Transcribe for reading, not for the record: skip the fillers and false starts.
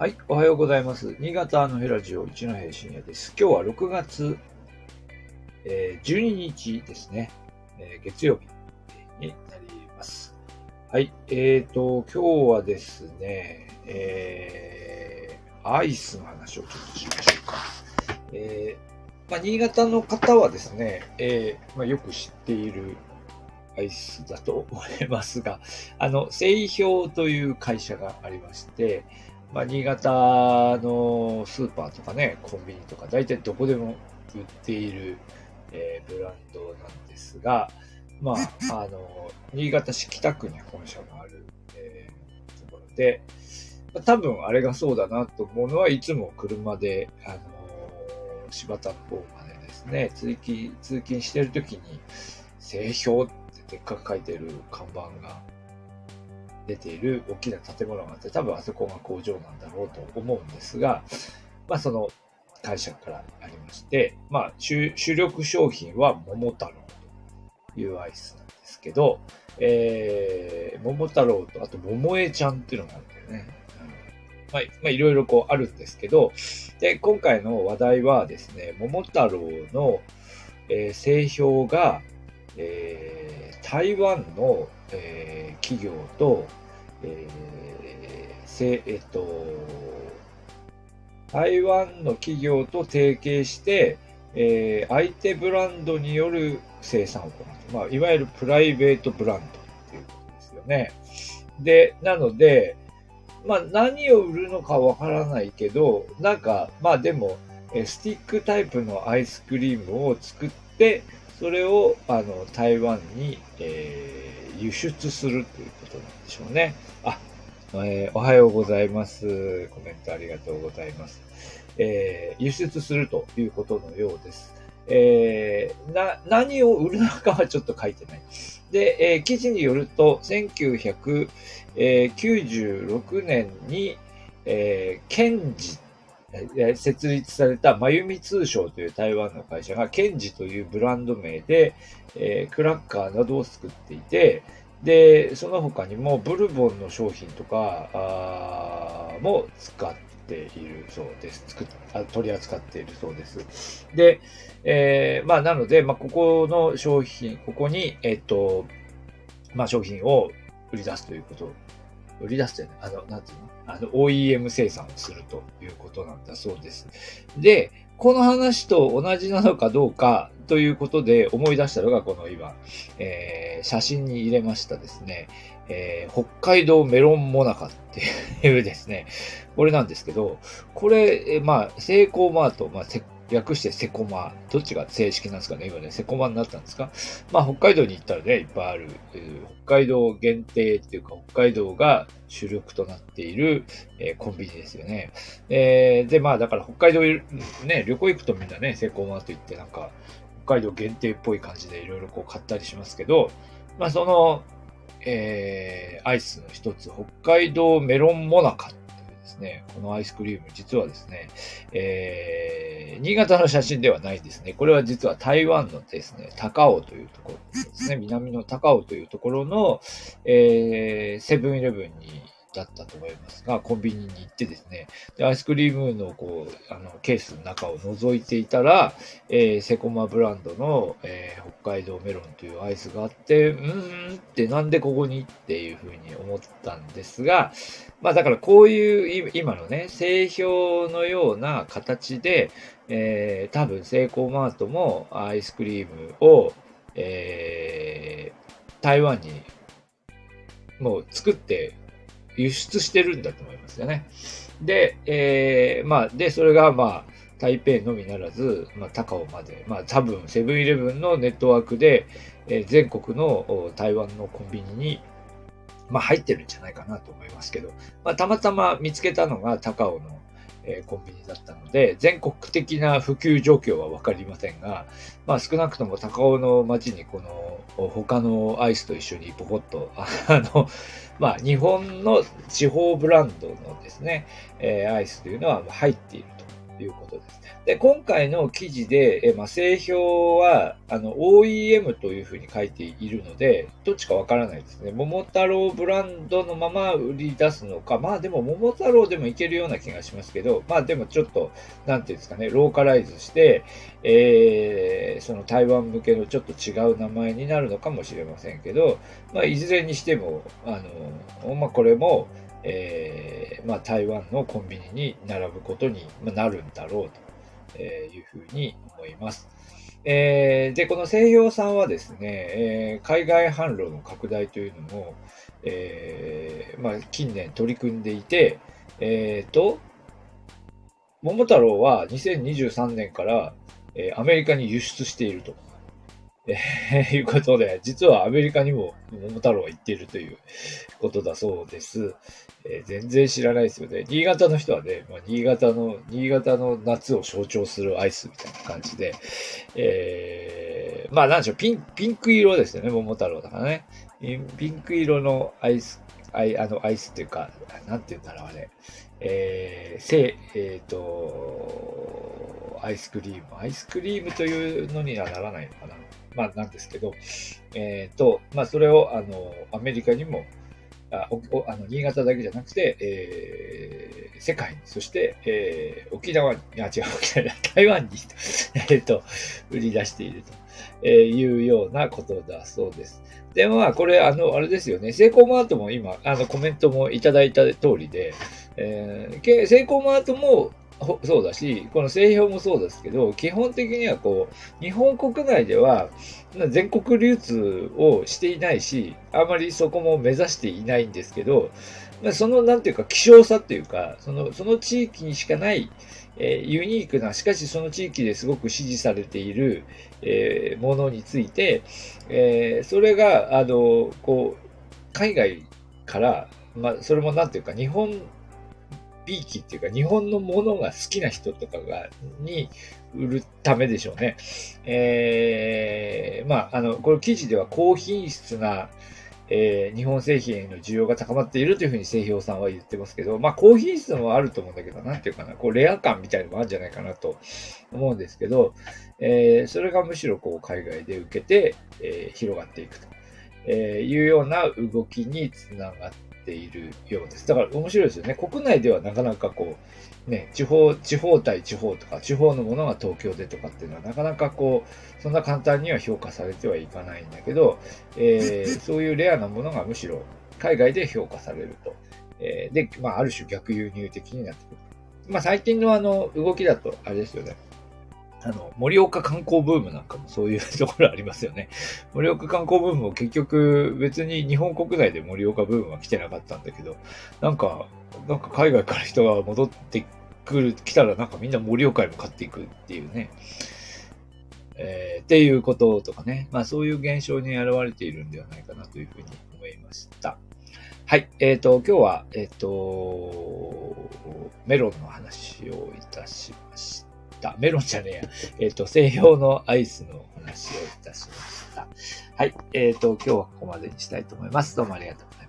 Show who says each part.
Speaker 1: はい、おはようございます。新潟のヘラジオ一戸深夜です。今日は6月、12日ですね、月曜日になります。はい、今日はですね、アイスの話をちょっとしましょうか。新潟の方はですね、よく知っているアイスだと思いますが、製氷という会社がありまして、新潟のスーパーとかね、コンビニとか、大体どこでも売っている、ブランドなんですが、新潟市北区に本社がある、ところで、多分あれがそうだなと思うのは、いつも車で、柴田の方までですね、通勤してるときに、製氷ってでっかく書いてる看板が出ている大きな建物があって、多分あそこが工場なんだろうと思うんですが、その会社からありまして、主力商品は桃太郎というアイスなんですけど、桃太郎と、あと桃江ちゃんっていうのがあるんだよね。いろいろあるんですけど、で、今回の話題はですね、桃太郎の、製氷が、台湾の、企業と、台湾の企業と提携して、相手ブランドによる生産を行う。いわゆるプライベートブランドっていうことですよね。で、なので、何を売るのかわからないけど、でも、スティックタイプのアイスクリームを作って、それを、台湾に、輸出するということなんでしょうね。おはようございます。コメントありがとうございます。輸出するということのようです。何を売るのかはちょっと書いてない。で、記事によると、1996年に、ケンジ設立されたまゆみ通商という台湾の会社がケンジというブランド名で、クラッカーなどを作っていて、で、その他にもブルボンの商品とかも使っているそうです。取り扱っているそうです。で、なので、ここの商品、ここに、商品を売り出すということ、売り出すというね、なんていうのOEM 生産をするということなんだそうです。で、この話と同じなのかどうかということで思い出したのがこの今、写真に入れましたですね、北海道メロンモナカっていうですね、これなんですけど、これ、セイコーマート、略してセコマ。どっちが正式なんですかね今ね、セコマになったんですか北海道に行ったらね、いっぱいある、北海道限定っていうか、北海道が主力となっている、コンビニですよね。で、だから北海道、ね、旅行行くとみんなね、セコマと言って、北海道限定っぽい感じでいろいろ買ったりしますけど、その、アイスの一つ、北海道メロンモナカですね、このアイスクリーム、実はですね、新潟の写真ではないですね。これは実は台湾のですね、高雄というところですね、南の高雄というところの、セブンイレブンにだったと思いますが、コンビニに行ってですね、でアイスクリームのケースの中を覗いていたら、セコマブランドの、北海道メロンというアイスがあって、ってなんでここにっていうふうに思ったんですが、だからこういう今のね、製氷のような形で、多分セイコーマートもアイスクリームを、台湾にもう作って輸出してるんだと思いますよね。で、それが台北のみならず、高尾まで、多分セブンイレブンのネットワークで、全国の台湾のコンビニに入ってるんじゃないかなと思いますけど、たまたま見つけたのが高尾の、コンビニだったので、全国的な普及状況はわかりませんが、少なくとも高尾の街にこの他のアイスと一緒にポコッと、日本の地方ブランドのですね、アイスというのは入っているいうことです。で、今回の記事で、製氷は、OEM というふうに書いているので、どっちかわからないですね。桃太郎ブランドのまま売り出すのか、まあでも桃太郎でもいけるような気がしますけど、まあでもちょっと、なんていうんですかね、ローカライズして、その台湾向けのちょっと違う名前になるのかもしれませんけど、まあいずれにしても、まあこれも、まあ台湾のコンビニに並ぶことになるんだろうというふうに思います。で、この製氷さんはですね、海外販路の拡大というのも、まあ近年取り組んでいて、桃太郎は2023年から、アメリカに輸出していると。いうことで、実はアメリカにも桃太郎は行っているということだそうです。全然知らないですよね。新潟の人はね、まあ、新潟の夏を象徴するアイスみたいな感じで、まあなんでしょう、ピンク色ですよね、桃太郎だからね。ピンク色のアイスっていうか、なんて言うんだろう、あれ。アイスクリームというのにはならないのかな。まあ、なんですけど、まあ、それを、アメリカにも、新潟だけじゃなくて、世界に、そして、沖縄に、台湾に、売り出しているというようなことだそうです。で、まあ、これ、あれですよね。セイコーマートも今、コメントもいただいた通りで、セイコーマートもそうだし、この製氷もそうですけど、基本的にはこう、日本国内では全国流通をしていないし、あまりそこも目指していないんですけど、その、なんていうか、希少さっていうか、その地域にしかない、ユニークな、しかしその地域ですごく支持されている、ものについて、それが、こう、海外から、まあ、それもなんていうか、日本びいきっていうか、日本のものが好きな人とかに売るためでしょうね。まあ、これ記事では高品質な、日本製品への需要が高まっているというふうに製氷さんは言ってますけど、まあ、高品質もあると思うんだけど、なんていうかな、こう、レア感みたいなのもあるんじゃないかなと思うんですけど、それがむしろこう、海外で受けて、広がっていくと、いうような動きにつながっているようです。だから面白いですよね。国内ではなかなかこう、ね、地方対地方とか、地方のものが東京でとかっていうのはなかなかこう、そんな簡単には評価されてはいかないんだけど、そういうレアなものがむしろ海外で評価されると。で、まあ、ある種逆輸入的になってくる。まあ、最近の動きだと、あれですよね。盛岡観光ブームなんかもそういうところありますよね。盛岡観光ブームも結局別に日本国内で盛岡ブームは来てなかったんだけど、なんか海外から人が戻って来たらなんかみんな盛岡へ向かっていくっていうね。っていうこととかね。まあそういう現象に現れているんではないかなというふうに思いました。はい。今日は、メロンの話をいたしました。メロンじゃねえや。製氷のアイスの話をいたしました。はい。今日はここまでにしたいと思います。どうもありがとうございました。